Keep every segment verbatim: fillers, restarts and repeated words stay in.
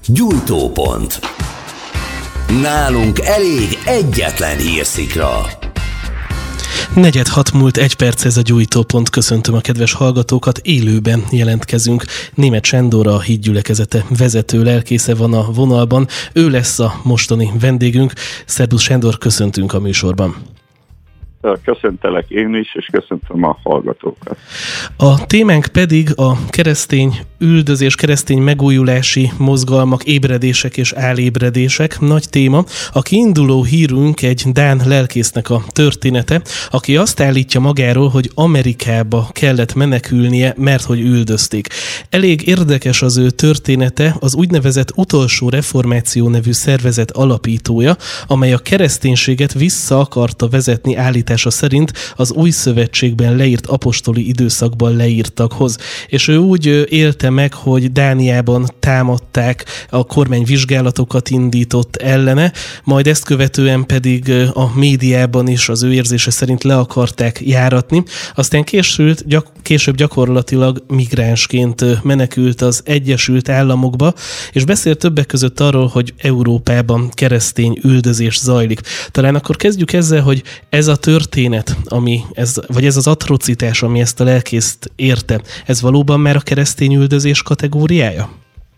Gyújtópont. Nálunk elég egyetlen hírszikra. Negyed hat múlt egy perc, ez a Gyújtópont. Köszöntöm a kedves hallgatókat, élőben jelentkezünk. Németh Sándor, a Hitgyülekezete vezető lelkésze van a vonalban. Ő lesz a mostani vendégünk. Szerbusz Sándor, köszöntünk a műsorban. Köszöntelek én is, és köszöntöm a hallgatókat. A témánk pedig a keresztény üldözés, keresztény megújulási mozgalmak, ébredések és álébredések. Nagy téma. A kiinduló hírünk egy dán lelkésznek a története, aki azt állítja magáról, hogy Amerikába kellett menekülnie, mert hogy üldözték. Elég érdekes az ő története. Az úgynevezett Utolsó Reformáció nevű szervezet alapítója, amely a kereszténységet vissza akarta vezetni állítása szerint az Új Szövetségben leírt apostoli időszakban leírtakhoz. És ő úgy élte meg, hogy Dániában támadták, a kormány vizsgálatokat indított ellene, majd ezt követően pedig a médiában is az ő érzése szerint le akarták járatni. Aztán később, gyak, később gyakorlatilag migránsként menekült az Egyesült Államokba, és beszélt többek között arról, hogy Európában keresztény üldözés zajlik. Talán akkor kezdjük ezzel, hogy ez a történet, ami ez, vagy ez az atrocitás, ami ezt a lelkészt érte, ez valóban már a keresztény üldözés kategóriája?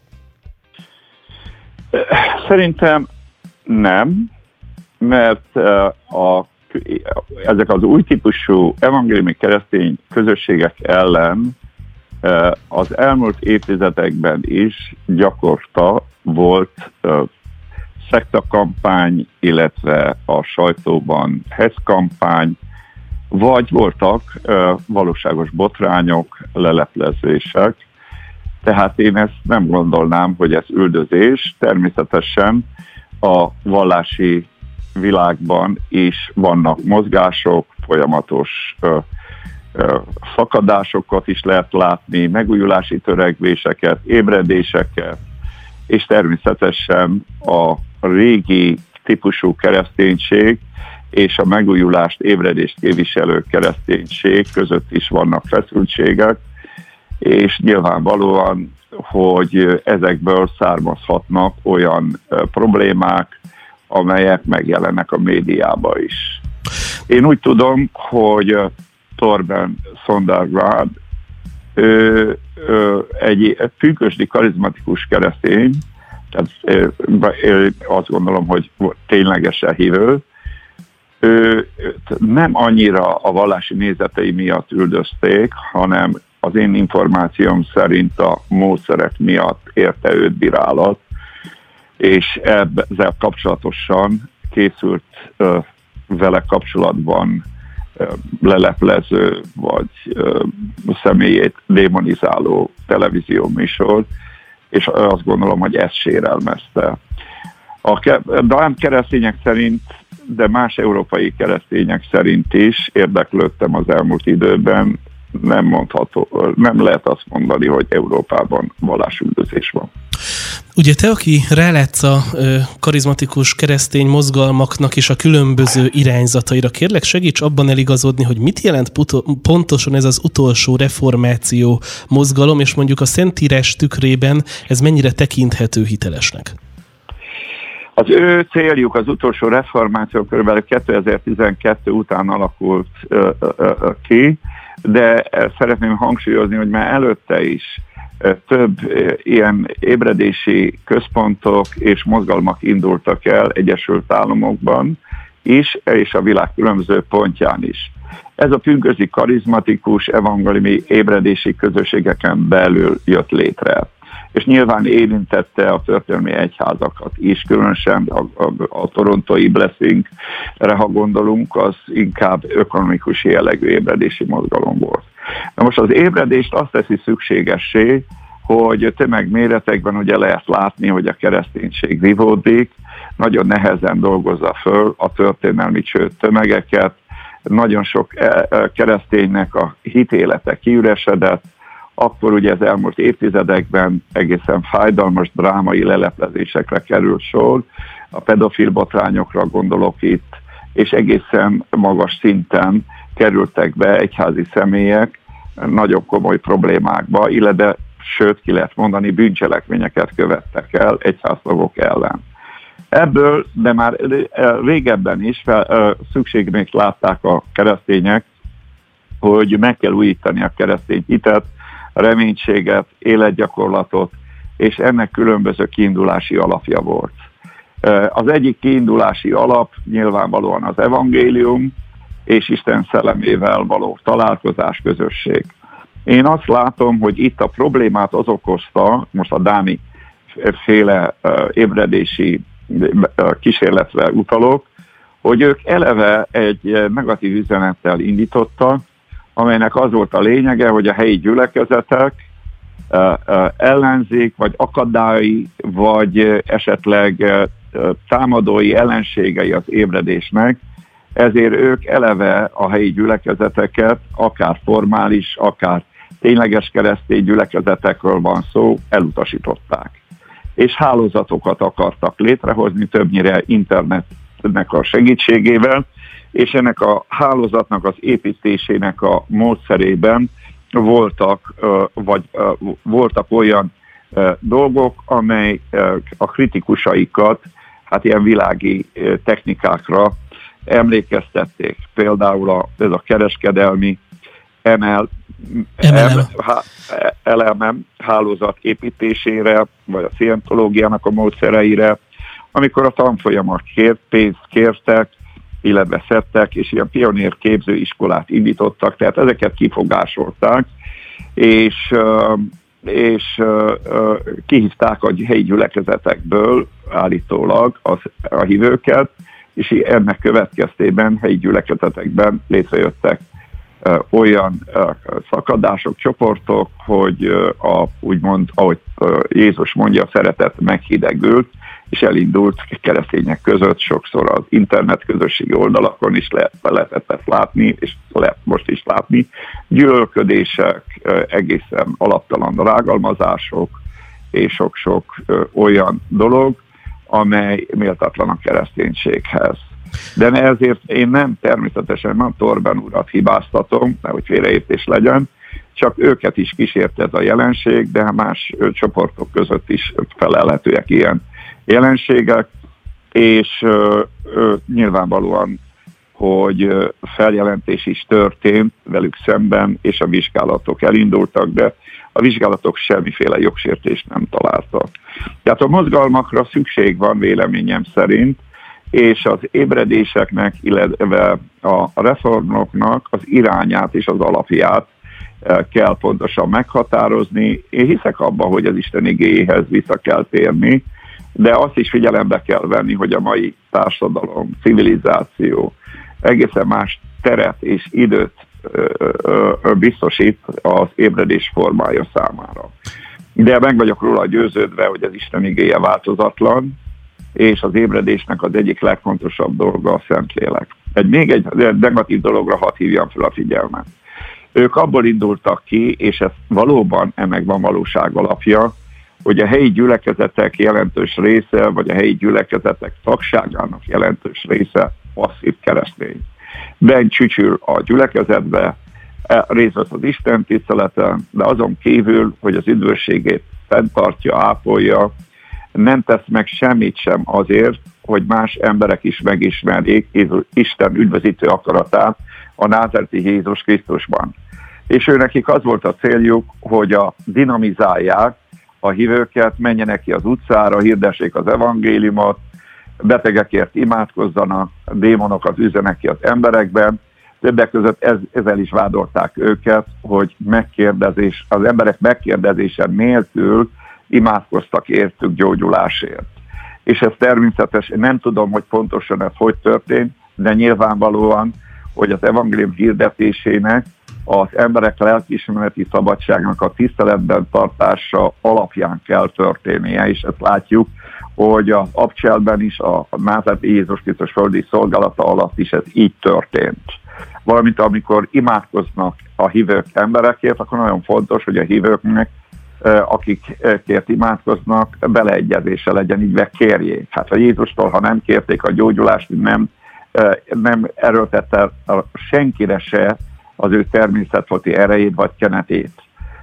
Szerintem nem, mert a, ezek az új típusú evangéliumi keresztény közösségek ellen az elmúlt évtizedekben is gyakorta volt szektakampány, illetve a sajtóban hetszkampány, vagy voltak uh, valóságos botrányok, leleplezések. Tehát én ezt nem gondolnám, hogy ez üldözés. Természetesen a vallási világban is vannak mozgások, folyamatos uh, uh, szakadásokat is lehet látni, megújulási törekvéseket, ébredéseket, és természetesen a régi típusú kereszténység és a megújulást, ébredést képviselő kereszténység között is vannak feszültségek, és nyilvánvalóan, hogy ezekből származhatnak olyan problémák, amelyek megjelennek a médiában is. Én úgy tudom, hogy Torben Søndergaard ő, ő, egy pünkösdi karizmatikus keresztény, tehát ő, azt gondolom, hogy ténylegesen hívő, ő nem annyira a vallási nézetei miatt üldözték, hanem az én információm szerint a módszerek miatt érte őt bírálat, és ezzel kapcsolatosan készült uh, vele kapcsolatban uh, leleplező vagy uh, személyét démonizáló televízióműsor, és azt gondolom, hogy ezt sérelmezte. A dán keresztények szerint, de más európai keresztények szerint is érdeklődtem az elmúlt időben, nem mondható, nem lehet azt mondani, hogy Európában vallásüldözés van. Ugye te, aki rálátsz a karizmatikus keresztény mozgalmaknak és a különböző irányzataira, kérlek segíts abban eligazodni, hogy mit jelent puto- pontosan ez az utolsó reformáció mozgalom, és mondjuk a Szentírás tükrében ez mennyire tekinthető hitelesnek? Az ő céljuk az utolsó reformáció körülbelül kétezer-tizenkettő után alakult ö, ö, ö, ki, de szeretném hangsúlyozni, hogy már előtte is több ilyen ébredési központok és mozgalmak indultak el Egyesült Államokban is, és a világ különböző pontján is. Ez a pünkösdi karizmatikus evangéliumi ébredési közösségeken belül jött létre. És nyilván érintette a történelmi egyházakat is, különösen a, a, a torontói Blessingre, ha gondolunk, az inkább ökonomikus jellegű ébredési mozgalom volt. Na most az ébredést azt teszi szükségessé, hogy tömegméretekben ugye lehet látni, hogy a kereszténység vívódik, nagyon nehezen dolgozza föl a történelmi csőd tömegeket, nagyon sok kereszténynek a hitélete kiüresedett, akkor ugye az elmúlt évtizedekben egészen fájdalmas drámai leleplezésekre került sor, a pedofil botrányokra gondolok itt, és egészen magas szinten kerültek be egyházi személyek nagyon komoly problémákba, illetve sőt ki lehet mondani, bűncselekményeket követtek el egyháztagok ellen. Ebből, de már régebben is fel, szükségnek látták a keresztények, hogy meg kell újítani a keresztény hitet, reménységet, életgyakorlatot, és ennek különböző kiindulási alapja volt. Az egyik kiindulási alap nyilvánvalóan az evangélium, és Isten szellemével való találkozás, közösség. Én azt látom, hogy itt a problémát az okozta, most a Dáni féle ébredési kísérletre utalok, hogy ők eleve egy negatív üzenettel indítottak, amelynek az volt a lényege, hogy a helyi gyülekezetek ellenzik, vagy akadályi, vagy esetleg támadói, ellenségei az ébredésnek, ezért ők eleve a helyi gyülekezeteket, akár formális, akár tényleges keresztény gyülekezetekről van szó, elutasították. És hálózatokat akartak létrehozni, többnyire internetnek a segítségével, és ennek a hálózatnak az építésének a módszerében voltak, vagy voltak olyan dolgok, amely a kritikusaikat, hát ilyen világi technikákra emlékeztették. Például a, ez a kereskedelmi em el em hálózat építésére, vagy a szientológiának a módszereire, amikor a tanfolyamat kért, pénzt kértek, illetve szedtek, és ilyen pionér képzőiskolát indítottak, tehát ezeket kifogásolták, és, és kihívták a helyi gyülekezetekből állítólag az, a hívőket, és ennek következtében helyi gyülekezetekben létrejöttek olyan szakadások, csoportok, hogy a, úgymond, ahogy Jézus mondja, a szeretet meghidegült, és elindult keresztények között, sokszor az internet közösségi oldalakon is lehet, lehetett ezt látni, és lehet most is látni, gyűlölködések, egészen alaptalan rágalmazások, és sok-sok olyan dolog, amely méltatlan a kereszténységhez. De ezért én nem természetesen nem Torben urat hibáztatom, nehogy félreértés legyen, csak őket is kísért ez a jelenség, de más csoportok között is felelhetőek ilyen jelenségek, és ö, ö, nyilvánvalóan, hogy feljelentés is történt velük szemben, és a vizsgálatok elindultak, de a vizsgálatok semmiféle jogsértést nem találtak. Tehát a mozgalmakra szükség van véleményem szerint, és az ébredéseknek, illetve a reformoknak az irányát és az alapját kell pontosan meghatározni. Én hiszek abban, hogy az Isten igéjéhez vissza kell térni, de azt is figyelembe kell venni, hogy a mai társadalom, civilizáció egészen más teret és időt biztosít az ébredés formája számára. De meg vagyok róla győződve, hogy az Isten igéje változatlan, és az ébredésnek az egyik legfontosabb dolga a Szentlélek. Egy, még egy negatív dologra hadd hívjam fel a figyelmet. Ők abból indultak ki, és ez valóban ennek van valóság alapja, hogy a helyi gyülekezetek jelentős része, vagy a helyi gyülekezetek tagságának jelentős része passzív keresztény. Bent csücsül a gyülekezetbe, részt vesz az Isten tiszteleten, de azon kívül, hogy az üdvösségét fenntartja, ápolja, nem tesz meg semmit sem azért, hogy más emberek is megismerjék Isten üdvözítő akaratát a názáreti Jézus Krisztusban. És őnekik az volt a céljuk, hogy a dinamizálják a hívőket, menjenek ki az utcára, hirdessék az evangéliumot, betegekért imádkozzanak, démonokat üzenek ki az emberekben. Többek között ez, ezzel is vádolták őket, hogy megkérdezés, az emberek megkérdezése nélkül imádkoztak értük gyógyulásért. És ez természetesen, nem tudom, hogy pontosan ez hogy történt, de nyilvánvalóan, hogy az evangélium hirdetésének az emberek lelkiismereti szabadságnak a tiszteletben tartása alapján kell történnie, és ezt látjuk, hogy az Abcselben is, a názáreti Jézus Krisztus földi szolgálata alatt is ez így történt. Valamint amikor imádkoznak a hívők emberekért, akkor nagyon fontos, hogy a hívőknek, akikért imádkoznak, beleegyezése legyen, így megkérjék. Hát a Jézustól, ha nem kérték a gyógyulást, nem, nem erőltette senkire se az ő természetfoti erejét vagy kenetét.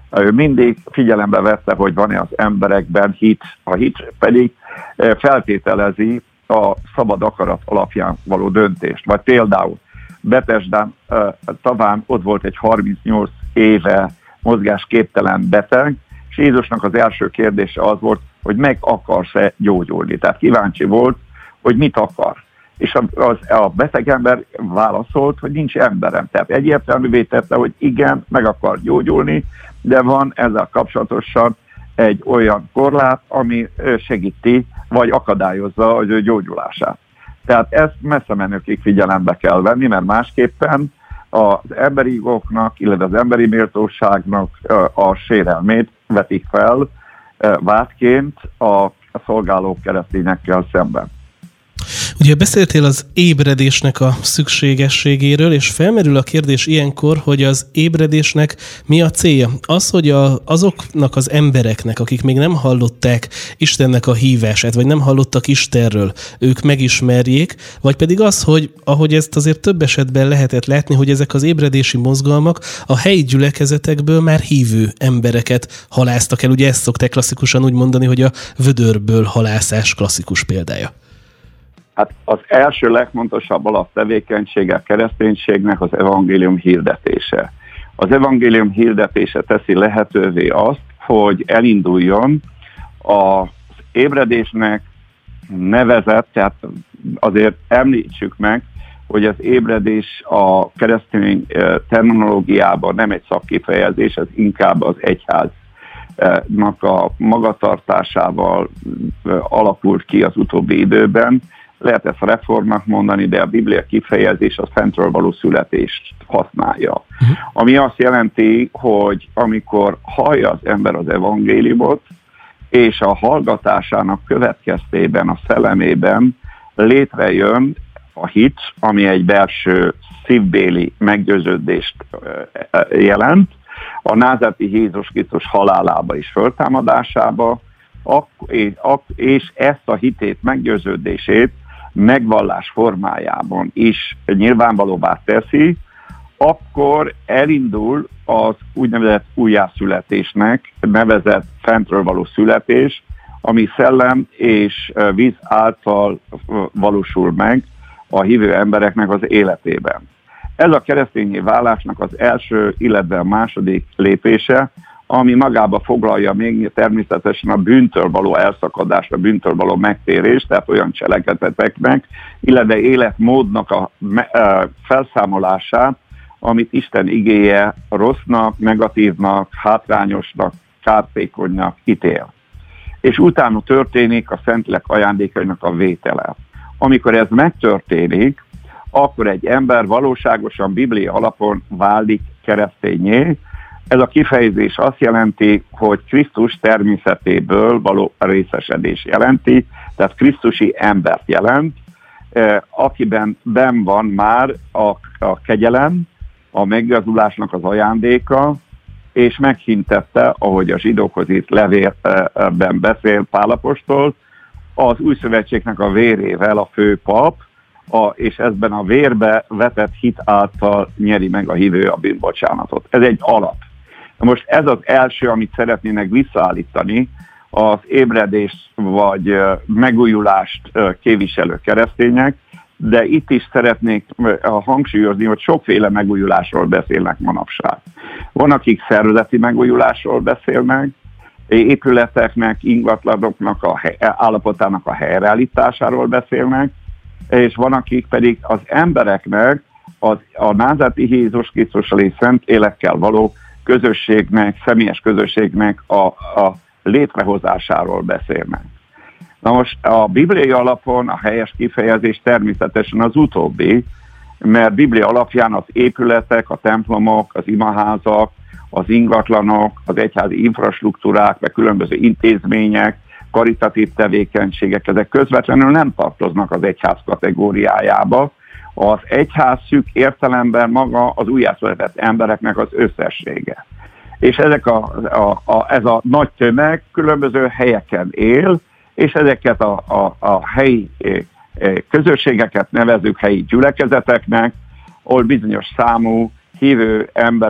Ő mindig figyelembe vette, hogy van-e az emberekben hit, a hit pedig feltételezi a szabad akarat alapján való döntést. Vagy például Betesdán talán ott volt egy harmincnyolc éve mozgásképtelen beteg, és Jézusnak az első kérdése az volt, hogy meg akarsz-e gyógyulni. Tehát kíváncsi volt, hogy mit akar. És az, a beteg ember válaszolt, hogy nincs emberem. Tehát egyértelművé tette, hogy igen, meg akar gyógyulni, de van ezzel kapcsolatosan egy olyan korlát, ami segíti, vagy akadályozza az ő gyógyulását. Tehát ezt messze menőkig figyelembe kell venni, mert másképpen az emberi jogoknak, illetve az emberi méltóságnak a sérelmét vetik fel vádként a szolgáló keresztényekkel szemben. Ugye beszéltél az ébredésnek a szükségességéről, és felmerül a kérdés ilyenkor, hogy az ébredésnek mi a célja? Az, hogy a, azoknak az embereknek, akik még nem hallották Istennek a hívását, vagy nem hallottak Istenről, ők megismerjék, vagy pedig az, hogy ahogy ezt azért több esetben lehetett látni, hogy ezek az ébredési mozgalmak a helyi gyülekezetekből már hívő embereket haláztak el. Ugye ezt szokták klasszikusan úgy mondani, hogy a vödörből halászás klasszikus példája. Hát az első legfontosabb alaptevékenysége a kereszténységnek az evangélium hirdetése. Az evangélium hirdetése teszi lehetővé azt, hogy elinduljon az ébredésnek nevezett, tehát azért említsük meg, hogy az ébredés a keresztény terminológiában nem egy szakkifejezés, ez inkább az egyháznak a magatartásával alakult ki az utóbbi időben. Lehet ezt reformnak mondani, de a Biblia kifejezés az fentről való születést használja. Uh-huh. Ami azt jelenti, hogy amikor hallja az ember az evangéliumot, és a hallgatásának következtében, a szellemében létrejön a hit, ami egy belső szívbéli meggyőződést jelent, a názáreti Jézus Krisztus halálába és föltámadásába, és ezt a hitét, meggyőződését megvallás formájában is nyilvánvalóvá teszi, akkor elindul az úgynevezett újjászületésnek nevezett fentről való születés, ami szellem és víz által valósul meg a hívő embereknek az életében. Ez a keresztényi válásnak az első, illetve a második lépése, ami magába foglalja még természetesen a bűntől való elszakadást, a bűntől való megtérést, tehát olyan cselekedeteknek, illetve életmódnak a felszámolását, amit Isten igéje rossznak, negatívnak, hátrányosnak, kártékonynak ítél. És utána történik a Szentlélek ajándékainak a vétele. Amikor ez megtörténik, akkor egy ember valóságosan biblia alapon válik kereszténnyé. Ez a kifejezés azt jelenti, hogy Krisztus természetéből való részesedés jelenti, tehát krisztusi embert jelent, akiben benn van már a, a kegyelem, a megigazulásnak az ajándéka, és meghintette, ahogy a zsidókhoz írt levélben beszél Pál apostol, az új szövetségnek a vérével a főpap, a, és ezben a vérbe vetett hit által nyeri meg a hívő a bűnbocsánatot. Ez egy alap. Most ez az első, amit szeretnének visszaállítani, az ébredést vagy megújulást képviselő keresztények, de itt is szeretnék hangsúlyozni, hogy sokféle megújulásról beszélnek manapság. Van, akik szervezeti megújulásról beszélnek, épületeknek, ingatlanoknak a hely, állapotának a helyreállításáról beszélnek, és van, akik pedig az embereknek az, a názáreti Jézus Krisztussal és szent élekkel való közösségnek, személyes közösségnek a, a létrehozásáról beszélnek. Na most a bibliai alapon a helyes kifejezés természetesen az utóbbi, mert Biblia alapján az épületek, a templomok, az imaházak, az ingatlanok, az egyházi infrastruktúrák, meg különböző intézmények, karitatív tevékenységek, ezek közvetlenül nem tartoznak az egyház kategóriájába. Az egyház szűk értelemben maga az újjászületett embereknek az összessége. És ezek a, a, a, ez a nagy tömeg különböző helyeken él, és ezeket a, a, a helyi közösségeket nevezzük helyi gyülekezeteknek, ahol bizonyos számú hívő emberek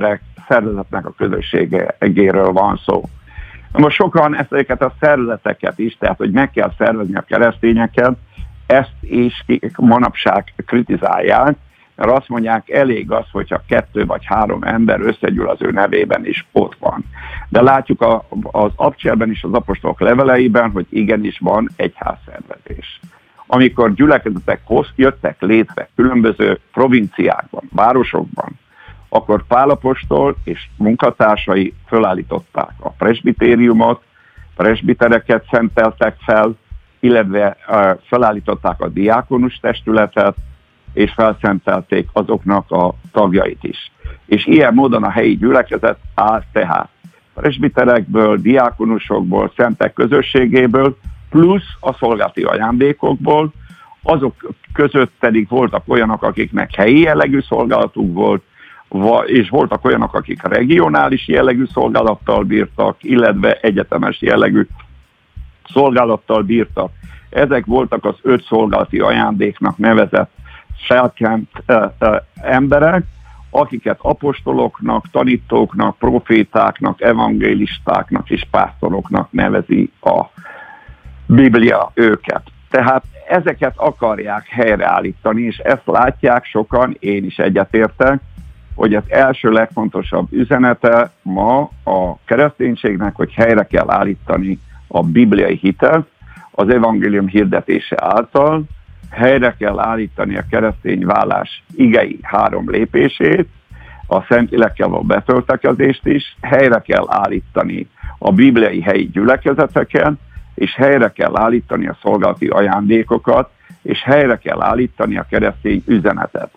szervezetnek a közösségéről van szó. Most sokan ezeket a szervezeteket is, tehát hogy meg kell szervezni a keresztényeket, ezt is manapság kritizálják, mert azt mondják, elég az, hogyha kettő vagy három ember összegyűl az ő nevében is ott van. De látjuk a, az Abcselben is, az apostolok leveleiben, hogy igenis van egyházszervezés. Amikor gyülekezetek jöttek létre különböző provinciákban, városokban, akkor Pál apostol és munkatársai fölállították a presbitériumot, presbitereket szenteltek fel, illetve uh, felállították a diákonus testületet, és felszentelték azoknak a tagjait is. És ilyen módon a helyi gyülekezet áll tehát presbiterekből, diákonusokból, szentek közösségéből, plusz a szolgálati ajándékokból, azok között pedig voltak olyanok, akiknek helyi jellegű szolgálatuk volt, és voltak olyanok, akik regionális jellegű szolgálattal bírtak, illetve egyetemes jellegű szolgálattal bírtak. Ezek voltak az öt szolgálati ajándéknak nevezett felkent uh, uh, emberek, akiket apostoloknak, tanítóknak, profétáknak, evangélistáknak és pásztoroknak nevezi a Biblia őket. Tehát ezeket akarják helyreállítani, és ezt látják sokan, én is egyetértek, hogy az első legfontosabb üzenete ma a kereszténységnek, hogy helyre kell állítani a bibliai hitet az evangélium hirdetése által, helyre kell állítani a keresztény válás igei három lépését, a Szentlélekkel való betöltekezést is, helyre kell állítani a bibliai helyi gyülekezeteket, és helyre kell állítani a szolgálati ajándékokat, és helyre kell állítani a keresztény üzenetet,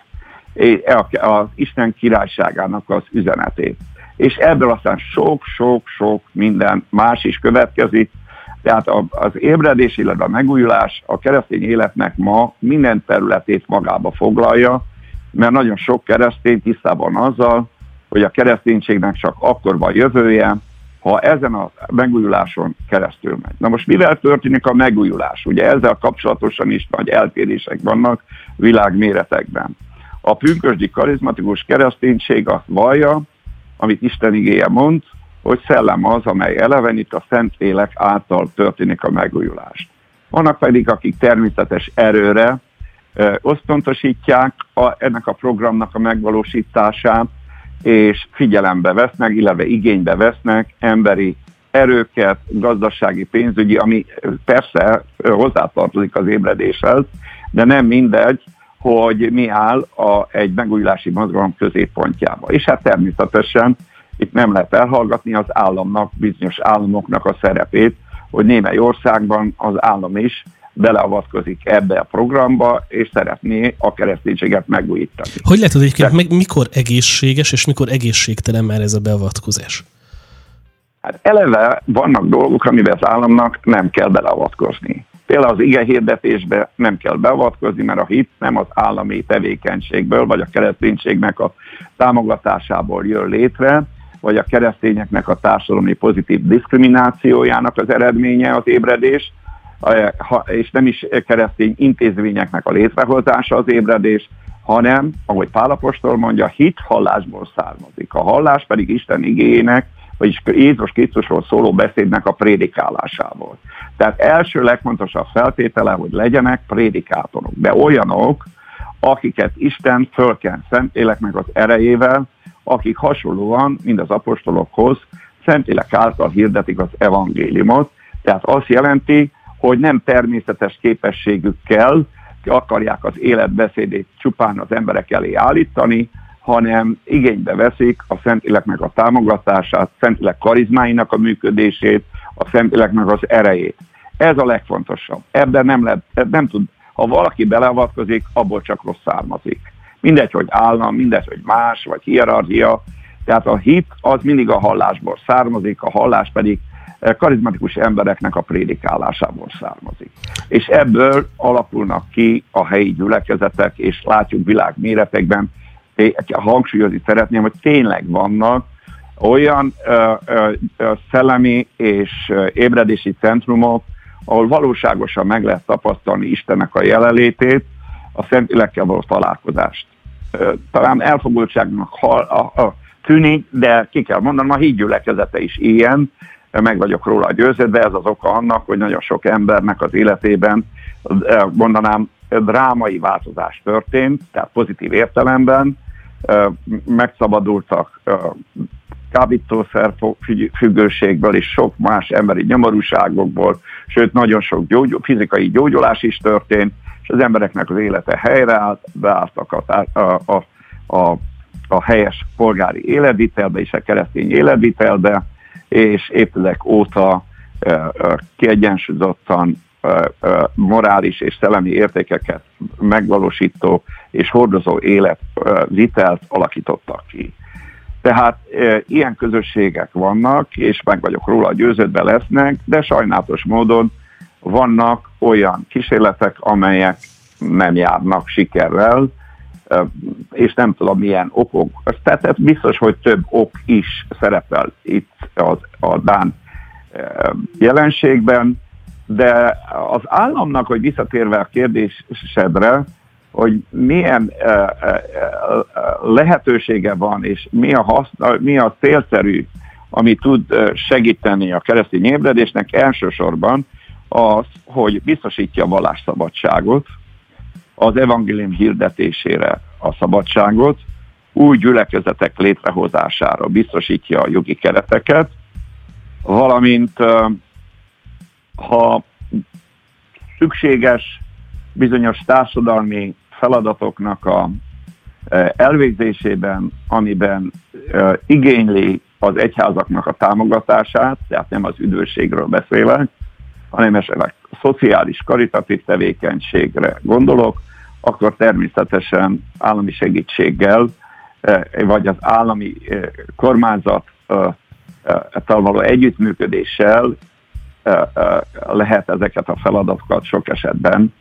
az Isten királyságának az üzenetét. És ebből aztán sok-sok-sok minden más is következik. Tehát az ébredés, illetve a megújulás a keresztény életnek ma minden területét magába foglalja, mert nagyon sok keresztény tisztában azzal, hogy a kereszténységnek csak akkor van jövője, ha ezen a megújuláson keresztül megy. Na most mivel történik a megújulás? Ugye ezzel kapcsolatosan is nagy eltérések vannak világméretekben. A pünkösdi karizmatikus kereszténység azt vallja, amit Isten igéje mond, hogy szellem az, amely elevenít, a Szentlélek által történik a megújulás. Vannak pedig, akik természetes erőre ö, osztontosítják a, ennek a programnak a megvalósítását, és figyelembe vesznek, illetve igénybe vesznek emberi erőket, gazdasági, pénzügyi, ami persze hozzátartozik az ébredéshez, de nem mindegy, hogy mi áll a, egy megújulási mozgalom középpontjába. És hát természetesen itt nem lehet elhallgatni az államnak, bizonyos államoknak a szerepét, hogy némely országban az állam is beleavatkozik ebbe a programba, és szeretné a kereszténységet megújítani. Hogy lehet az egyébként, meg mikor egészséges, és mikor egészségtelen már ez a beavatkozás? Hát eleve vannak dolgok, amiben az államnak nem kell beleavatkozni. Például az igehirdetésbe nem kell beavatkozni, mert a hit nem az állami tevékenységből, vagy a kereszténységnek a támogatásából jön létre, vagy a keresztényeknek a társadalmi pozitív diszkriminációjának az eredménye az ébredés, és nem is keresztény intézményeknek a létrehozása az ébredés, hanem, ahogy Pál apostol mondja, hit hallásból származik. A hallás pedig Isten igéjének, vagyis Jézus Krisztusról szóló beszédnek a prédikálásából. Tehát első legfontosabb feltétele, hogy legyenek prédikátorok, de olyanok, akiket Isten fölken Szentléleknek az erejével, akik hasonlóan, mint az apostolokhoz, Szentlélek által hirdetik az evangéliumot. Tehát azt jelenti, hogy nem természetes képességükkel akarják az életbeszédét csupán az emberek elé állítani, hanem igénybe veszik a Szentléleknek a támogatását, Szentlélek karizmáinak a működését, a Szentléleknek az erejét. Ez a legfontosabb. Ebben nem lehet, nem tud, ha valaki beleavatkozik, abból csak rossz származik. Mindegy, hogy állam, mindegy, hogy más, vagy hierarchia. Tehát a hit az mindig a hallásból származik, a hallás pedig karizmatikus embereknek a prédikálásából származik. És ebből alapulnak ki a helyi gyülekezetek, és látjuk világméretekben, hangsúlyozni szeretném, hogy tényleg vannak olyan ö, ö, ö, szellemi és ö, ébredési centrumok, ahol valóságosan meg lehet tapasztalni Istennek a jelenlétét, a Szentlélekkel való találkozást. Ö, talán elfogultságnak a, a, a tűnik, de ki kell mondanom, a hídgyülekezete is ilyen, meg vagyok róla győződve, ez az oka annak, hogy nagyon sok embernek az életében, mondanám, drámai változás történt, tehát pozitív értelemben, megszabadultak kábítószer függőségből és sok más emberi nyomorúságokból, sőt nagyon sok gyógy, fizikai gyógyulás is történt, és az embereknek az élete helyreállt, beálltak a, a, a, a, a helyes polgári életvitelbe és a keresztény életvitelbe, és évtizedek óta kiegyensúlyozottan morális és szellemi értékeket megvalósító és hordozó életvitelt alakítottak ki. Tehát e, ilyen közösségek vannak, és meg vagyok róla győződve lesznek, de sajnálatos módon vannak olyan kísérletek, amelyek nem járnak sikerrel, e, és nem tudom milyen okok. Tehát biztos, hogy több ok is szerepel itt az, a dán e, jelenségben, de az államnak, hogy visszatérve a kérdésedre, hogy milyen uh, uh, lehetősége van, és mi a, haszna, mi a célszerű, ami tud uh, segíteni a keresztény ébredésnek, elsősorban az, hogy biztosítja a vallásszabadságot, az evangélium hirdetésére a szabadságot, új gyülekezetek létrehozására biztosítja a jogi kereteket, valamint uh, ha szükséges bizonyos társadalmi feladatoknak a elvégzésében, amiben igényli az egyházaknak a támogatását, tehát nem az üdvösségről beszélek, hanem esetleg szociális, karitatív tevékenységre gondolok, akkor természetesen állami segítséggel, vagy az állami kormányzattal való együttműködéssel lehet ezeket a feladatokat sok esetben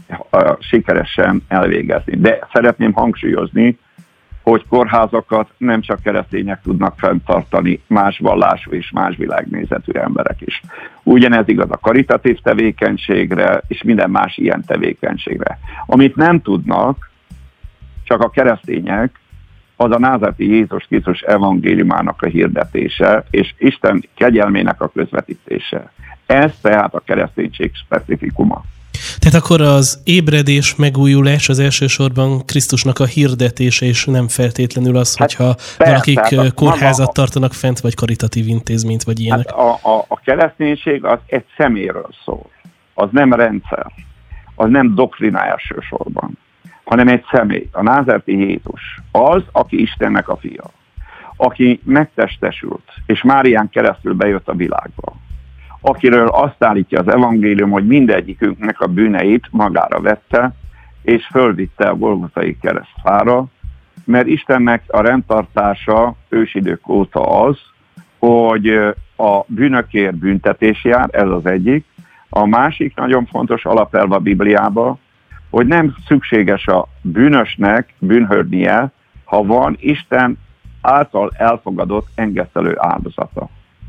sikeresen elvégezni. De szeretném hangsúlyozni, hogy kórházakat nem csak keresztények tudnak fenntartani, más vallású és más világnézetű emberek is. Ugyanez igaz a karitatív tevékenységre és minden más ilyen tevékenységre. Amit nem tudnak csak a keresztények, az a názáreti Jézus Krisztus evangéliumának a hirdetése és Isten kegyelmének a közvetítése. Ez tehát a kereszténység specifikuma. Tehát akkor az ébredés, megújulás az elsősorban Krisztusnak a hirdetése, és nem feltétlenül az, hát hogyha persze, valakik kórházat tartanak fent, vagy karitatív intézményt, vagy ilyenek. Hát a, a, a kereszténység az egy személyről szól. Az nem rendszer, az nem doktrina elsősorban, hanem egy személy. A názáreti Jézus az, aki Istennek a fia, aki megtestesült, és Márián keresztül bejött a világba, akiről azt állítja az evangélium, hogy mindegyikünknek a bűneit magára vette, és fölvitte a Golgotai keresztfára, mert Istennek a rendtartása ősidők óta az, hogy a bűnökért büntetés jár, ez az egyik. A másik nagyon fontos alapelv a Bibliában, hogy nem szükséges a bűnösnek bűnhődnie, ha van Isten által elfogadott engesztelő áldozata.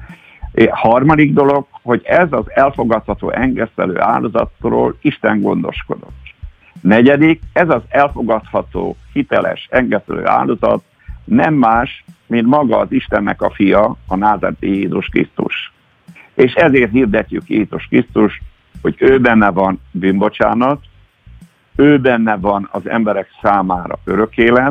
A harmadik dolog, hogy ez az elfogadható engesztelő áldozatról Isten gondoskodott. Negyedik, ez az elfogadható, hiteles engesztelő áldozat nem más, mint maga az Istennek a fia, a názáreti Jézus Krisztus. És ezért hirdetjük Jézus Krisztus, hogy ő benne van bűnbocsánat, ő benne van az emberek számára örök élet,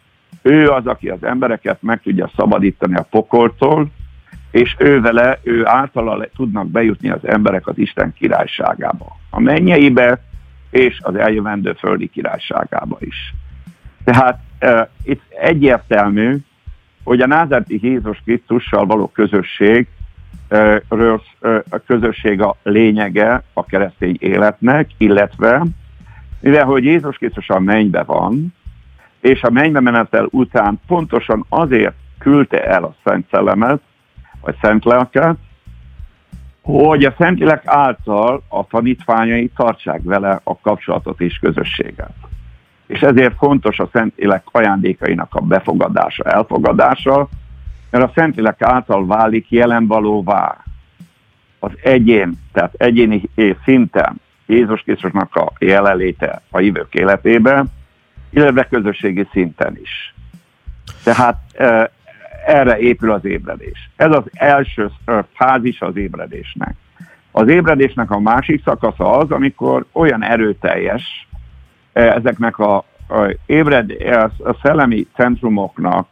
ő az, aki az embereket meg tudja szabadítani a pokoltól, és ő vele, ő általa tudnak bejutni az emberek az Isten királyságába, a mennyeibe és az eljövendő földi királyságába is. Tehát e, itt egyértelmű, hogy a názáreti Jézus Krisztussal való közösség, e, ről, e, a közösség a lényege a keresztény életnek, illetve mivel hogy Jézus Krisztus a mennybe van, és a mennybe menetel után pontosan azért küldte el a Szent Szellemet, vagy Szent Lelket, hogy a Szentlélek által a tanítványai tartsák vele a kapcsolatot és közösséget. És ezért fontos a Szentlélek ajándékainak a befogadása, elfogadása, mert a Szentlélek által válik jelenvalóvá az egyén, tehát egyéni szinten Jézus Krisztusnak a jelenléte a hívők életében, illetve közösségi szinten is. Tehát erre épül az ébredés. Ez az első fázis az ébredésnek. Az ébredésnek a másik szakasza az, amikor olyan erőteljes ezeknek a, a, ébred, a szellemi centrumoknak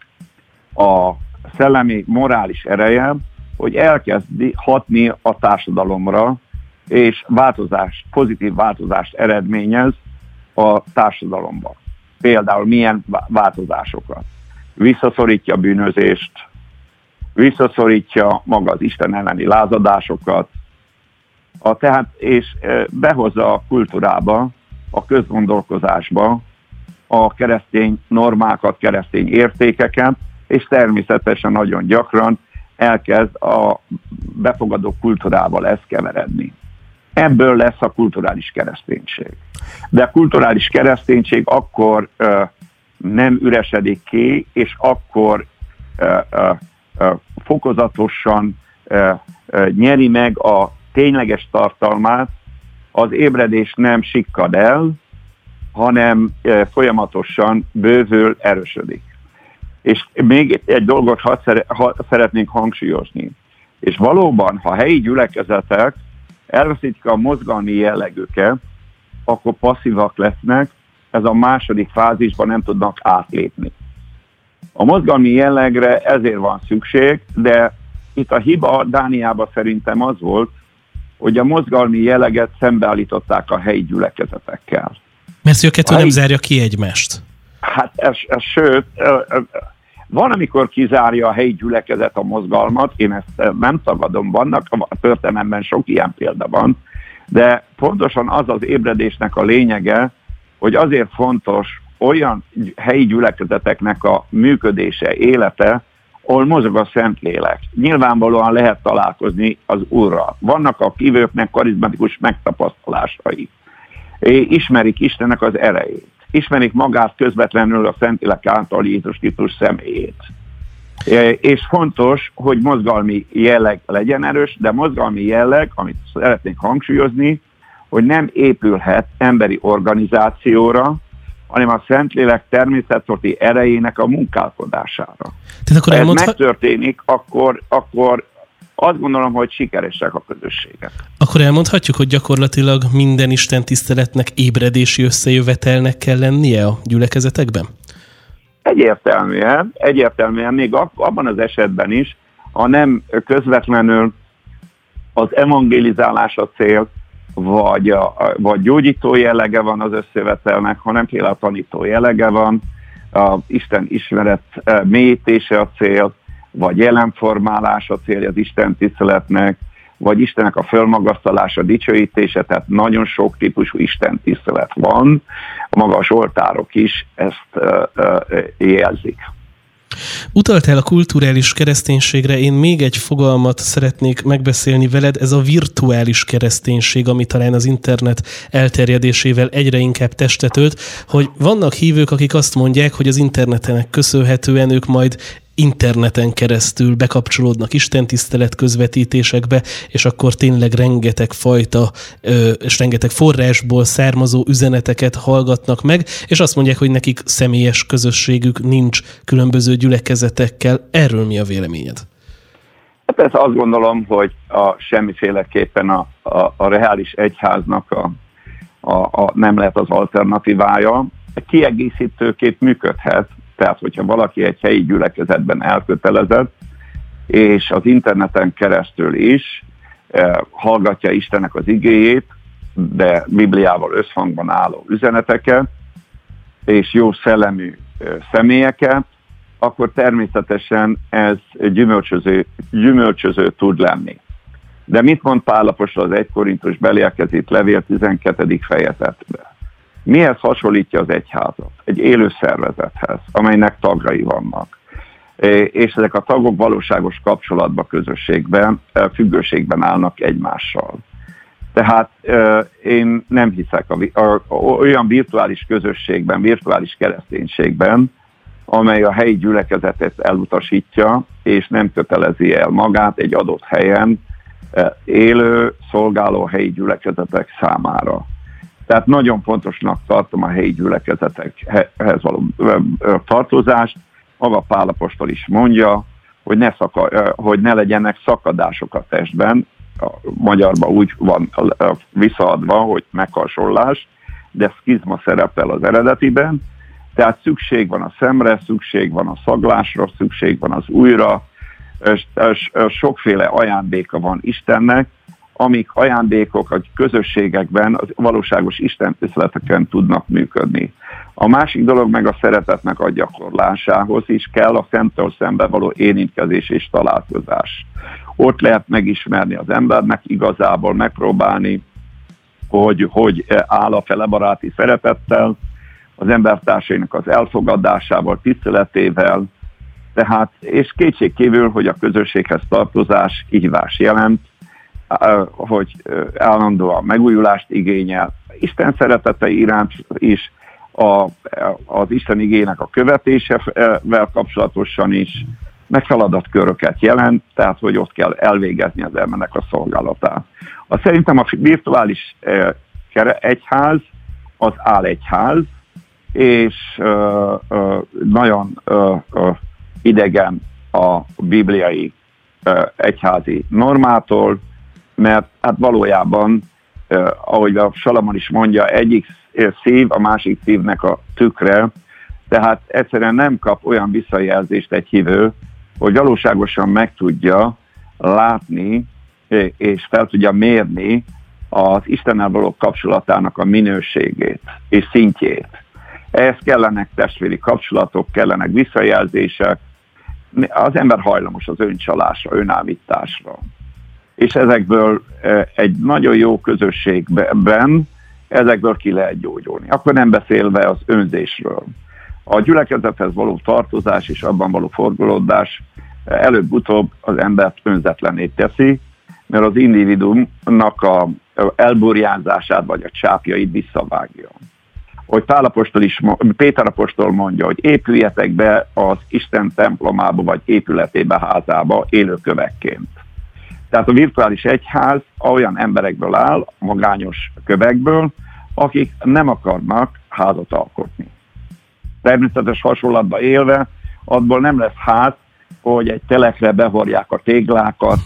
a szellemi morális ereje, hogy elkezdi hatni a társadalomra, és változás, pozitív változást eredményez a társadalomban. Például milyen változásokat. Visszaszorítja a bűnözést, visszaszorítja maga az Isten elleni lázadásokat, a, tehát, és behozza a kultúrába, a közgondolkozásba a keresztény normákat, keresztény értékeket, és természetesen nagyon gyakran elkezd a befogadó kultúrával ezt keveredni. Ebből lesz a kulturális kereszténység. De a kulturális kereszténység akkor ö, nem üresedik ki, és akkor ö, ö, ö, fokozatosan ö, ö, nyeri meg a tényleges tartalmát, az ébredés nem sikkad el, hanem ö, folyamatosan bővül, erősödik. És még egy dolgot had szere, ha szeretnénk hangsúlyozni. És valóban, ha helyi gyülekezetek elveszítik a mozgalmi jellegüket, akkor passzívak lesznek, ez a második fázisban nem tudnak átlépni. A mozgalmi jellegre ezért van szükség, de itt a hiba Dániában szerintem az volt, hogy a mozgalmi jelleget szembeállították a helyi gyülekezetekkel. Mert a kettő nem zárja ki egymást. Hát ez, ez sőt, van, amikor kizárja a helyi gyülekezet a mozgalmat, én ezt nem tagadom, vannak, a történelemben sok ilyen példa van, de pontosan az az ébredésnek a lényege, hogy azért fontos olyan helyi gyülekezeteknek a működése, élete, ahol mozog a Szentlélek. Nyilvánvalóan lehet találkozni az Úrral. Vannak a hívőknek karizmatikus megtapasztalásai. Ismerik Istennek az erejét. Ismerik magát közvetlenül a Szentlélek által Jézus Krisztus személyét. És fontos, hogy mozgalmi jelleg legyen erős, de mozgalmi jelleg, amit szeretnék hangsúlyozni, hogy nem épülhet emberi organizációra, hanem a Szentlélek természetszorti erejének a munkálkodására. Tehát akkor ha elmondha... ez megtörténik, akkor, akkor azt gondolom, hogy sikeresek a közösségek. Akkor elmondhatjuk, hogy gyakorlatilag minden Isten tiszteletnek ébredési összejövetelnek kell lennie a gyülekezetekben? Egyértelműen, egyértelműen még abban az esetben is, ha nem közvetlenül az evangelizálás a cél, vagy, a, vagy gyógyító jellege van az összejövetelnek, hanem például tanító jellege van, a Isten ismeret mélyítése a cél, vagy jelenformálás a célja az Isten tiszteletnek, vagy Istennek a fölmagasztalása, dicsőítése, tehát nagyon sok típusú Isten tisztelet van, a magas oltárok is ezt uh, uh, jelzik. Utaltál a kulturális kereszténységre, én még egy fogalmat szeretnék megbeszélni veled, ez a virtuális kereszténység, ami talán az internet elterjedésével egyre inkább testet ölt, hogy vannak hívők, akik azt mondják, hogy az internetenek köszönhetően ők majd interneten keresztül bekapcsolódnak istentisztelet közvetítésekbe, és akkor tényleg rengeteg fajta és rengeteg forrásból származó üzeneteket hallgatnak meg, és azt mondják, hogy nekik személyes közösségük nincs különböző gyülekezetekkel. Erről mi a véleményed? Hát ezt azt gondolom, hogy a semmiféleképpen a, a, a reális egyháznak a, a, a nem lehet az alternatívája. Kiegészítőként működhet. Tehát, hogyha valaki egy helyi gyülekezetben elkötelezett, és az interneten keresztül is eh, hallgatja Istennek az igéjét, de Bibliával összhangban álló üzeneteket, és jó szellemű eh, személyeket, akkor természetesen ez gyümölcsöző, gyümölcsöző tud lenni. De mit mond Pál apostol az egy Korintus beliekhez levél tizenkettedik fejezetben? Mihez hasonlítja az egyházat? Egy élő szervezethez, amelynek tagjai vannak. És ezek a tagok valóságos kapcsolatban, közösségben, függőségben állnak egymással. Tehát én nem hiszek a, a, a, olyan virtuális közösségben, virtuális kereszténységben, amely a helyi gyülekezetet elutasítja, és nem kötelezi el magát egy adott helyen élő, szolgáló helyi gyülekezetek számára. Tehát nagyon fontosnak tartom a helyi gyülekezetekhez való tartozást. Maga Pál apostol is mondja, hogy ne, szaka, hogy ne legyenek szakadások a testben. A magyarban úgy van visszaadva, hogy meghasonlás, de szkizma szerepel az eredetiben, tehát szükség van a szemre, szükség van a szaglásra, szükség van az ujjra, sokféle ajándéka van Istennek, amik ajándékok a közösségekben, az valóságos istentiszteleteken tudnak működni. A másik dolog meg a szeretetnek a gyakorlásához is kell a Szenttel szemben való érintkezés és találkozás. Ott lehet megismerni az embernek, igazából megpróbálni, hogy, hogy áll a fele baráti szeretettel, az embertársainak az elfogadásával, tiszteletével, tehát, és kétségkívül, hogy a közösséghez tartozás kihívás jelent, hogy állandóan megújulást igényel, Isten szeretete iránt is, a, az Isten igének a követésével kapcsolatosan is, meg feladatköröket jelent, tehát hogy ott kell elvégezni az embernek a szolgálatát. A szerintem a virtuális egyház az álegyház, és uh, uh, nagyon uh, uh, idegen a bibliai uh, egyházi normától, mert hát valójában, uh, ahogy a Salamon is mondja, egyik szív a másik szívnek a tükre, tehát egyszerűen nem kap olyan visszajelzést egy hívő, hogy valóságosan meg tudja látni és fel tudja mérni az Istennel való kapcsolatának a minőségét és szintjét. Ehhez kellenek testvéri kapcsolatok, kellenek visszajelzések. Az ember hajlamos az öncsalásra, önállításra. És ezekből egy nagyon jó közösségben ezekből ki lehet gyógyulni. Akkor nem beszélve az önzésről. A gyülekezethez való tartozás és abban való forgolódás előbb-utóbb az embert önzetlenné teszi, mert az individuumnak a elburjánzását vagy a csápjait visszavágja. Hogy Pál apostol is, Péter apostol mondja, hogy épüljetek be az Isten templomába vagy épületébe, házába élő kövekként. Tehát a virtuális egyház olyan emberekből áll, magányos kövekből, akik nem akarnak házat alkotni. Természetes hasonlatban élve, abból nem lesz ház, hogy egy telekre behorják a téglákat,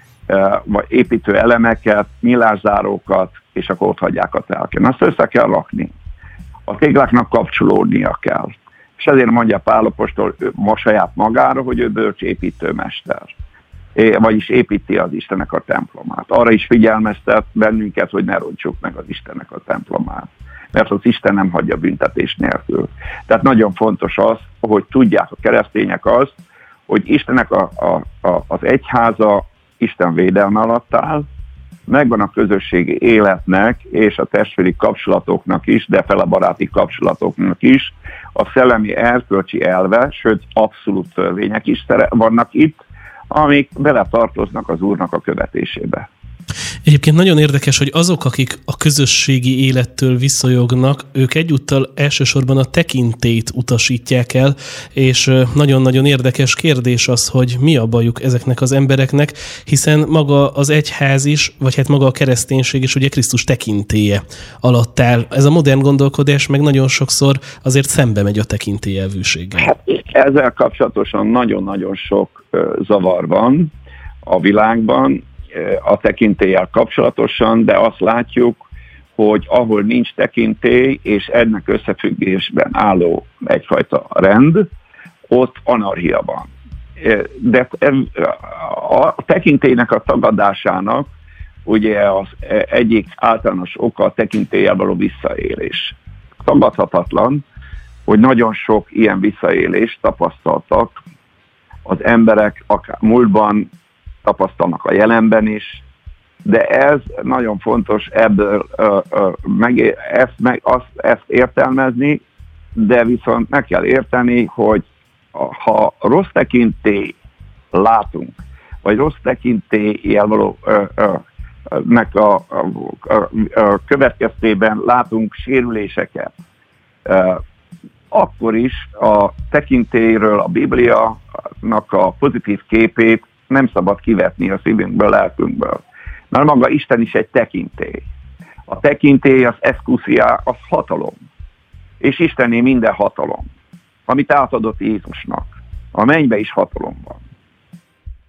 vagy építő elemeket, nyilászárókat, és akkor ott hagyják a telken. Azt össze kell rakni. A tégláknak kapcsolódnia kell. És ezért mondja Pál apostol ma saját magára, hogy ő bölcs építőmester. É, vagyis építi az Istennek a templomát. Arra is figyelmeztet bennünket, hogy ne rontsuk meg az Istennek a templomát. Mert az Isten nem hagyja büntetés nélkül. Tehát nagyon fontos az, hogy tudják a keresztények azt, hogy Istennek a, a, a, az egyháza Isten védelme alatt áll, megvan a közösségi életnek és a testvéri kapcsolatoknak is, de fel a baráti kapcsolatoknak is a szellemi erkölcsi elve, sőt abszolút törvények is vannak itt, amik beletartoznak az Úrnak a követésébe. Egyébként nagyon érdekes, hogy azok, akik a közösségi élettől visszajognak, ők egyúttal elsősorban a tekintélyt utasítják el, és nagyon-nagyon érdekes kérdés az, hogy mi a bajuk ezeknek az embereknek, hiszen maga az egyház is, vagy hát maga a kereszténység is ugye Krisztus tekintélye alatt áll. Ez a modern gondolkodás meg nagyon sokszor azért szembe megy a tekintélyelvűséggel. Hát ezzel kapcsolatosan nagyon-nagyon sok zavar van a világban, a tekintéllyel kapcsolatosan, de azt látjuk, hogy ahol nincs tekintély, és ennek összefüggésben álló egyfajta rend, ott anarchia van. De a tekintélynek a tagadásának ugye az egyik általános oka a tekintéllyel való visszaélés. Tagadhatatlan, hogy nagyon sok ilyen visszaélést tapasztaltak az emberek, akár múltban, tapasztalnak a jelenben is, de ez nagyon fontos ebből ö, ö, meg, ezt, meg, azt, ezt értelmezni, de viszont meg kell érteni, hogy ha rossz tekintély látunk, vagy rossz tekintélyjel való ö, ö, nek a, a, a, a következtében látunk sérüléseket, ö, akkor is a tekintélyről a Bibliának a pozitív képét nem szabad kivetni a szívünkből, lelkünkből. Mert maga Isten is egy tekintély. A tekintély, az eszkuszia, az hatalom. És Istené minden hatalom, amit átadott Jézusnak. A mennybe is hatalom van.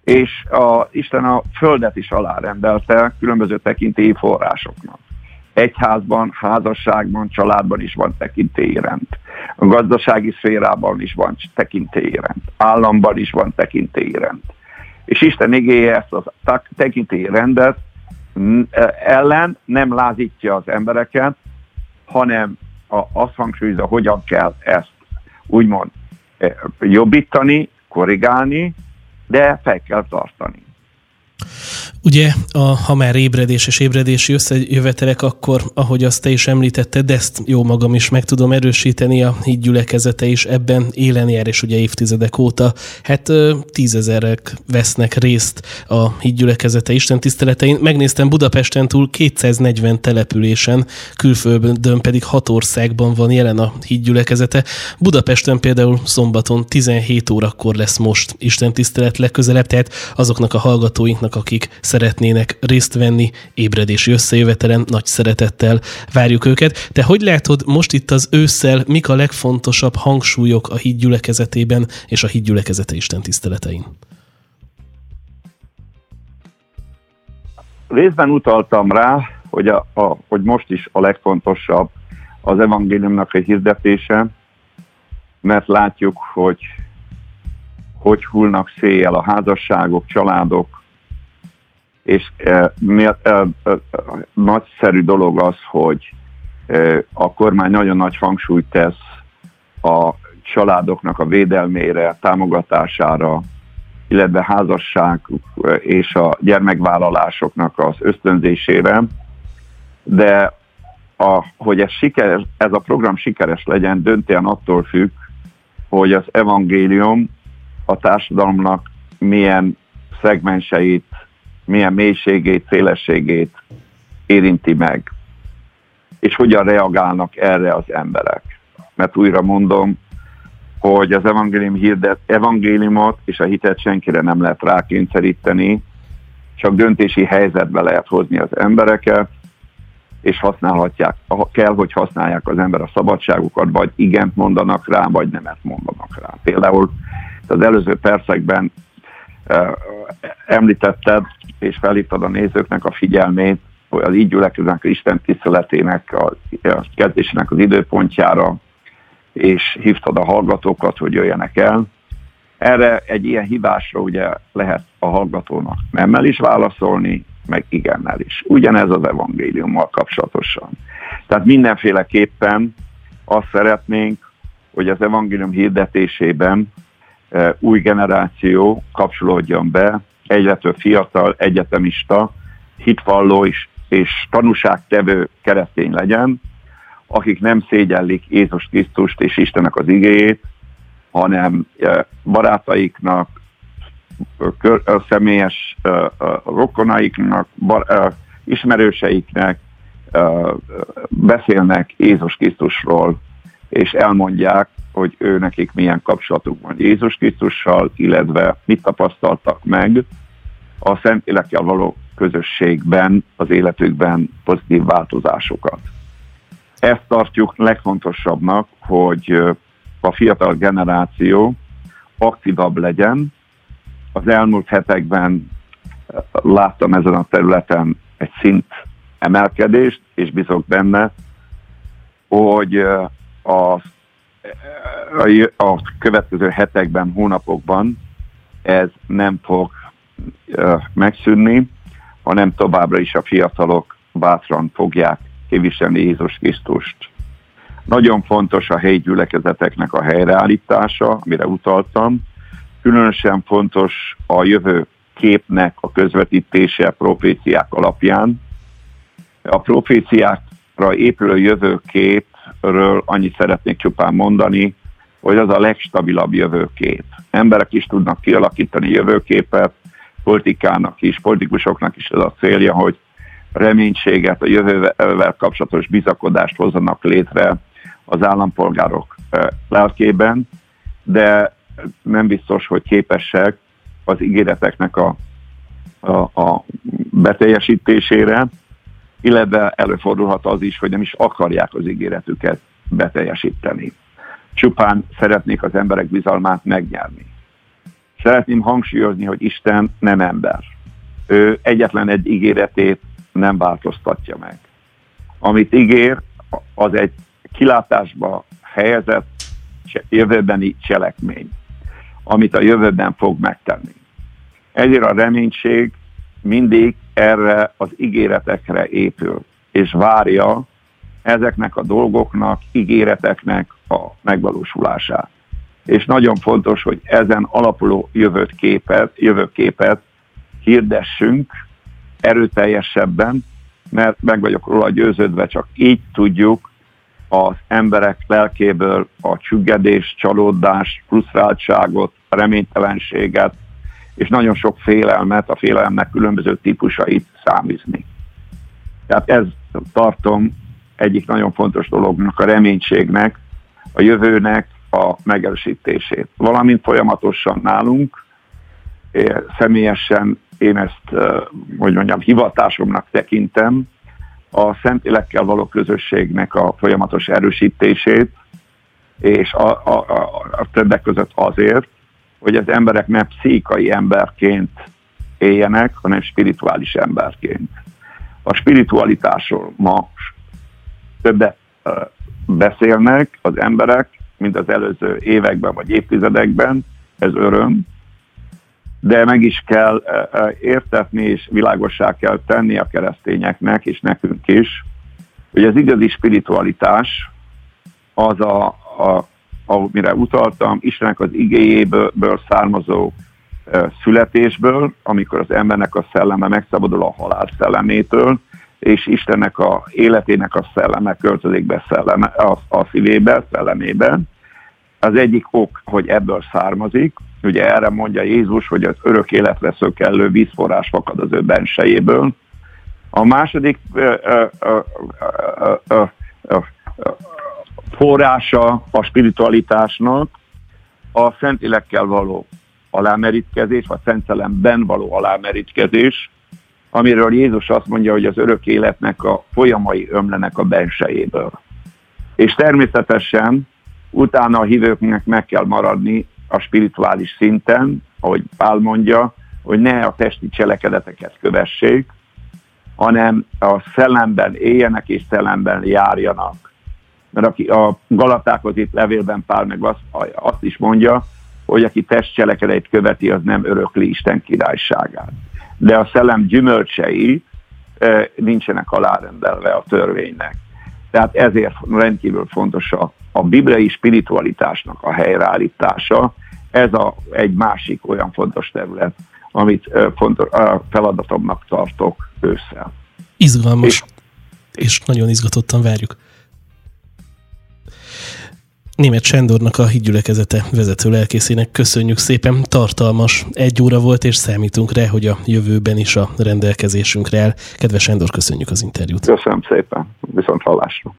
És a, Isten a földet is alárendelte különböző tekintélyi forrásoknak. Egyházban, házasságban, családban is van tekintélyirend. A gazdasági szférában is van tekintélyirend. Államban is van tekintélyirend. És Isten igéje ezt a tekintélyirendet ellen nem lázítja az embereket, hanem azt hangsúlyozza, hogyan kell ezt úgymond jobbítani, korrigálni, de fel kell tartani. Ugye, a, ha már ébredés és ébredési összejövetelek, akkor, ahogy azt te is említetted, de ezt jó magam is meg tudom erősíteni, a híd gyülekezete is ebben élen jár, és ugye évtizedek óta, hát tízezerek vesznek részt a híd gyülekezete istentiszteletein. Megnéztem, Budapesten túl kétszáznegyven településen, külföldön pedig hat országban van jelen a híd gyülekezete. Budapesten például szombaton tizenhét órakor lesz most istentisztelet legközelebb, tehát azoknak a hallgatóinknak, akik szeretnének részt venni ébredési összejövetelen, nagy szeretettel várjuk őket. Te hogy látod most itt az ősszel, mik a legfontosabb hangsúlyok a híd gyülekezetében és a híd gyülekezete istentiszteletein? Részben utaltam rá, hogy, a, a, hogy most is a legfontosabb az evangéliumnak a hirdetése, mert látjuk, hogy hogy hullnak széjjel a házasságok, családok, és e, e, e, nagyszerű dolog az, hogy e, a kormány nagyon nagy hangsúlyt tesz a családoknak a védelmére, támogatására, illetve házasság és a gyermekvállalásoknak az ösztönzésére, de a, hogy ez, sikeres, ez a program sikeres legyen, döntően attól függ, hogy az evangélium a társadalomnak milyen szegmenseit, milyen mélységét, szélességét érinti meg, és hogyan reagálnak erre az emberek. Mert újra mondom, hogy az evangélium hirdet, evangéliumot és a hitet senkire nem lehet rákényszeríteni, csak döntési helyzetbe lehet hozni az embereket, és használhatják, kell, hogy használják az ember a szabadságukat, vagy igent mondanak rá, vagy nemet mondanak rá. Például az előző percekben uh, említetted, és felhívtad a nézőknek a figyelmét, hogy az így gyülekezetnek, Isten tiszteletének, a, a kezdésének az időpontjára, és hívtad a hallgatókat, hogy jöjjenek el. Erre egy ilyen hívásra ugye lehet a hallgatónak nemmel is válaszolni, meg igennel is. Ugyanez az evangéliummal kapcsolatosan. Tehát mindenféleképpen azt szeretnénk, hogy az evangélium hirdetésében e, új generáció kapcsolódjon be, egyre több fiatal, egyetemista, hitvalló is, és tanúságtevő keresztény legyen, akik nem szégyellik Jézus Krisztust és Istennek az igéjét, hanem barátaiknak, személyes rokonaiknak, ismerőseiknek beszélnek Jézus Krisztusról, és elmondják, hogy ő nekik milyen kapcsolatuk van Jézus Krisztussal, illetve mit tapasztaltak meg a Szentlélekkel való közösségben, az életükben pozitív változásokat. Ezt tartjuk legfontosabbnak, hogy a fiatal generáció aktívabb legyen. Az elmúlt hetekben láttam ezen a területen egy szint emelkedést, és bízok benne, hogy a, a következő hetekben, hónapokban ez nem fog megszűnni, hanem továbbra is a fiatalok bátran fogják képviselni Jézus Krisztust. Nagyon fontos a helyi gyülekezeteknek a helyreállítása, amire utaltam. Különösen fontos a jövő képnek a közvetítése proféciák alapján. A proféciákra épülő jövőképről annyit szeretnék csupán mondani, hogy az a legstabilabb jövőkép. Emberek is tudnak kialakítani jövőképet, politikának is, politikusoknak is ez a célja, hogy reménységet, a jövővel kapcsolatos bizakodást hozzanak létre az állampolgárok lelkében, de nem biztos, hogy képesek az ígéreteknek a, a, a beteljesítésére, illetve előfordulhat az is, hogy nem is akarják az ígéretüket beteljesíteni. Csupán szeretnék az emberek bizalmát megnyerni. Szeretném hangsúlyozni, hogy Isten nem ember. Ő egyetlen egy ígéretét nem változtatja meg. Amit ígér, az egy kilátásba helyezett jövőbeni cselekmény, amit a jövőben fog megtenni. Ezért a reménység mindig erre az ígéretekre épül, és várja ezeknek a dolgoknak, ígéreteknek a megvalósulását. És nagyon fontos, hogy ezen alapuló jövőt képet, jövőképet hirdessünk erőteljesebben, mert meg vagyok róla győződve, csak így tudjuk az emberek lelkéből a csüggedés, csalódás, frusztráltságot, reménytelenséget, és nagyon sok félelmet, a félelemnek különböző típusait száműzni. Tehát ez tartom egyik nagyon fontos dolognak, a reménységnek, a jövőnek a megerősítését. Valamint folyamatosan nálunk, személyesen én ezt, hogy mondjam, hivatásomnak tekintem, a Szentlélekkel való közösségnek a folyamatos erősítését, és a, a, a, a többek között azért, hogy az emberek ne pszichai emberként éljenek, hanem spirituális emberként. A spiritualitásról ma többet beszélnek az emberek, mint az előző években vagy évtizedekben, ez öröm, de meg is kell értetni, és világossá kell tenni a keresztényeknek, és nekünk is, hogy az igazi spiritualitás az, a, a, amire utaltam, Istennek az igéjéből származó születésből, amikor az embernek a szelleme megszabadul a halál szellemétől, és Istennek a életének a szelleme költözik be szelleme, a, a szívébe, szellemében. Az egyik ok, hogy ebből származik, ugye erre mondja Jézus, hogy az örök életre szökellő vízforrás fakad az ő bensejéből. A második ö, ö, ö, ö, ö, ö, forrása a spiritualitásnak a Szentlélekkel való alámerítkezés, vagy Szent Szellemben való alámerítkezés, amiről Jézus azt mondja, hogy az örök életnek a folyamai ömlenek a bensejéből. És természetesen utána a hívőknek meg kell maradni a spirituális szinten, ahogy Pál mondja, hogy ne a testi cselekedeteket kövessék, hanem a szellemben éljenek és szellemben járjanak. Mert aki a Galatákhoz itt levélben Pál meg azt, azt is mondja, hogy aki testcselekedeit követi, az nem örökli Isten királyságát. De a szellem gyümölcsei e, nincsenek alárendelve a törvénynek. Tehát ezért rendkívül fontos a, a bibliai spiritualitásnak a helyreállítása. Ez a, egy másik olyan fontos terület, amit e, fontos, a feladatomnak tartok ősszel. Izgalmas, és, és nagyon izgatottan várjuk. Németh Sándornak, a Hitgyülekezete vezető lelkészének köszönjük szépen, tartalmas egy óra volt, és számítunk rá, hogy a jövőben is a rendelkezésünkre áll. Kedves Sándor, köszönjük az interjút. Köszönöm szépen, viszont hallásra.